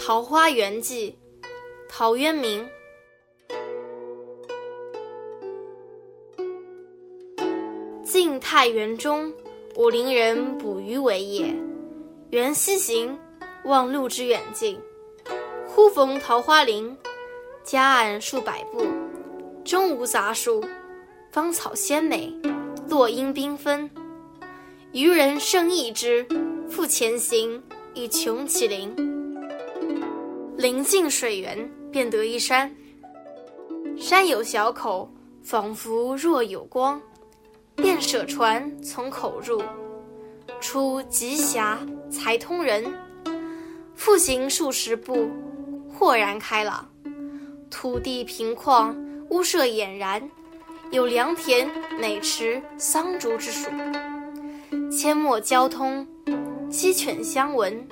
桃花源记》陶渊明。晋太元中，武陵人捕鱼为业。缘溪行，忘路之远近，忽逢桃花林，夹岸数百步，中无杂树，芳草鲜美，落英缤纷。渔人甚异之，复前行，以穷其林。临近水源，便得一山，山有小口，仿佛若有光，便舍船从口入，出极狭，才通人。复行数十步，豁然开朗，土地平旷，屋舍俨然，有良田、美池、桑竹之属，阡陌交通，鸡犬相闻。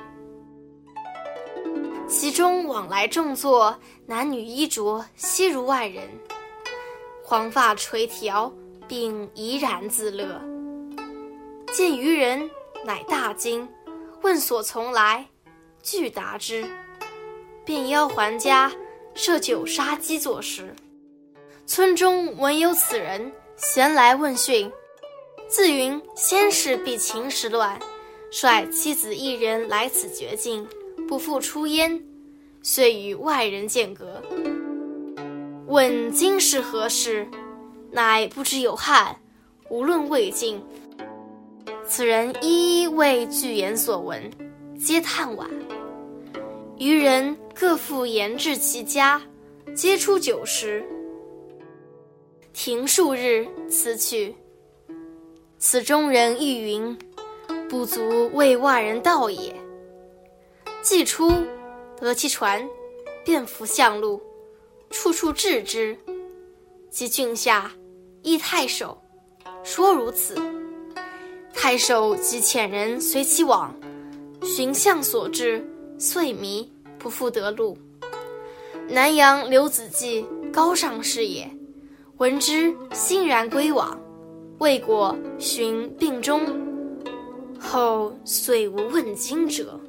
其中往来种作，男女衣着悉如外人，黄发垂髫，并怡然自乐。见渔人，乃大惊，问所从来，具答之，便邀还家，设酒杀鸡作食。村中闻有此人，咸来问讯，自云先是避秦时乱，率妻子一人来此绝境，不复出焉，遂与外人间隔。问今是何事，乃不知有汉，无论魏晋。此人一一为具言所闻，皆叹惋。渔人各复言至其家，皆出酒食。停数日，辞去。此中人亦云，不足为外人道也。既出，得其船，便扶向路，处处治之。及郡下，诣太守，说如此。太守即遣人随其往，寻向所至，遂迷，不复得路。南阳刘子骥高尚士也，闻之欣然归往，未果寻病终，后遂无问津者。